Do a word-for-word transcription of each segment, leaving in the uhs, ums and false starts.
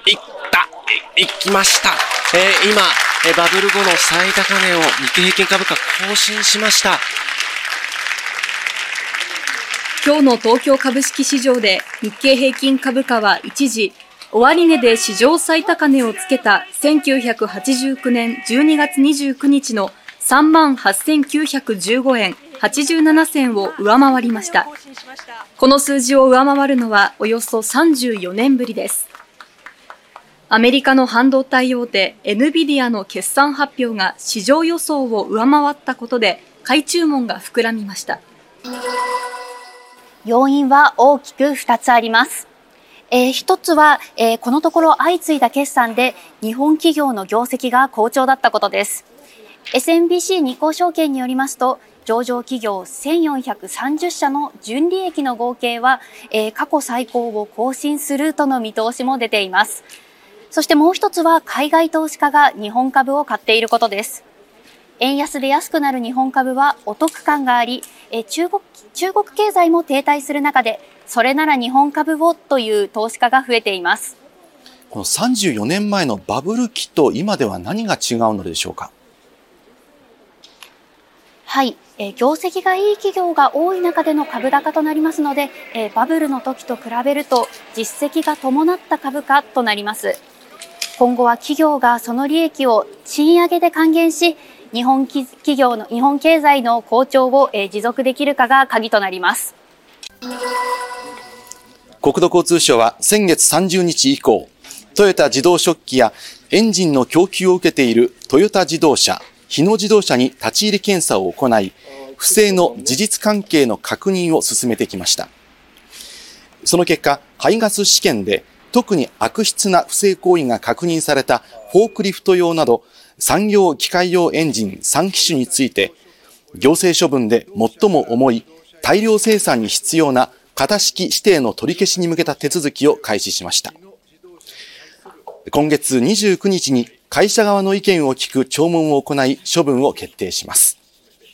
いった、い、いきました。えー、今、えー、バブル後の最高値を日経平均株価更新しました。 今日の東京株式市場で日経平均株価は一時、終値で史上最高値をつけたせんきゅうひゃくはちじゅうきゅうねんじゅうにがつにじゅうくにちのさんまんはっせんきゅうひゃくじゅうごえんはちじゅうななせんを上回りました。この数字を上回るのはおよそさんじゅうよねんぶりです。アメリカの半導体大手エヌビディアの決算発表が市場予想を上回ったことで買い注文が膨らみました。 要因は大きくふたつあります。えー、一つは、えー、このところ相次いだ決算で日本企業の業績が好調だったことです。エスエヌビーシー 日興証券によりますと、上場企業せんよんひゃくさんじゅっしゃの純利益の合計は、えー、過去最高を更新するとの見通しも出ています。そしてもう一つは海外投資家が日本株を買っていることです。円安で安くなる日本株はお得感があり、え中国、中国経済も停滞する中で、それなら日本株をという投資家が増えています。 このさんじゅうよねんまえのバブル期と今では何が違うのでしょうか。 はい、えー、業績がいい企業が多い中での株高となりますので、えー、バブルの時と比べると実績が伴った株価となります。今後は企業がその利益を賃上げで還元し、日本企業の日本経済の好調を、えー、持続できるかが鍵となります。 国土交通省は先月さんじゅうにち以降、トヨタ自動食器やエンジンの供給を受けているトヨタ自動車、日野自動車に立ち入り検査を行い、不正の事実関係の確認を進めてきました。その結果、排ガス試験で特に悪質な不正行為が確認されたフォークリフト用など産業機械用エンジンさんきしゅについて、行政処分で最も重い大量生産に必要な型式指定の取り消しに向けた手続きを開始しました。今月にじゅうくにちに会社側の意見を聞く聴聞を行い処分を決定します。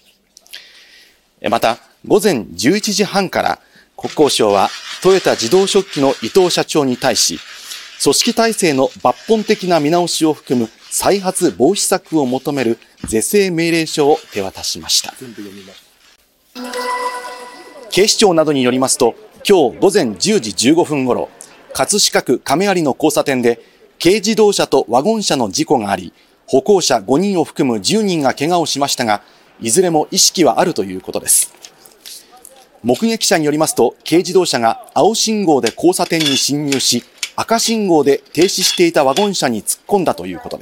また、午前じゅういちじはんから国交省はトヨタ自動食器の伊藤社長に対し、組織体制の抜本的な見直しを含む再発防止策を求める是正命令書を手渡しました。警視庁などによりますと、今日午前じゅうじじゅうごふんごろ、葛飾区亀有の交差点で軽自動車とワゴン車の事故があり、歩行者ごにんを含むじゅうにんが怪我をしましたが、いずれも意識はあるということです。目撃者によりますと、軽自動車が青信号で交差点に進入し、赤信号で停止していたワゴン車に突っ込んだということです。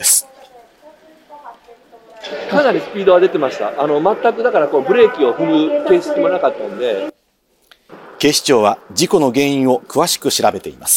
かなりスピードは出てました。あの全くだからこうブレーキを踏む形式もなかったので。 警視庁は事故の原因を詳しく調べています。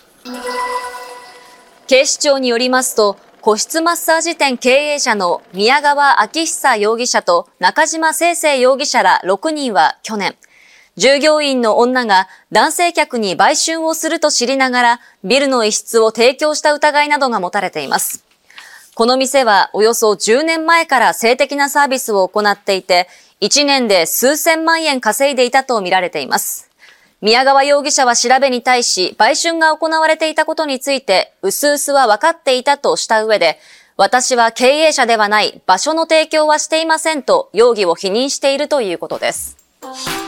警視庁によりますと、個室マッサージ店経営者の宮川昭久容疑者と中島清々容疑者らろくにんは去年、従業員の女が男性客に売春をすると知りながらビルの一室を提供した疑いなどが持たれています。この店はおよそじゅうねんまえから性的なサービスを行っていて、いちねんで数千万円稼いでいたとみられています。宮川容疑者は調べに対し、売春が行われていたことについて、うすうすは分かっていたとした上で、私は経営者ではない、場所の提供はしていませんと容疑を否認しているということです。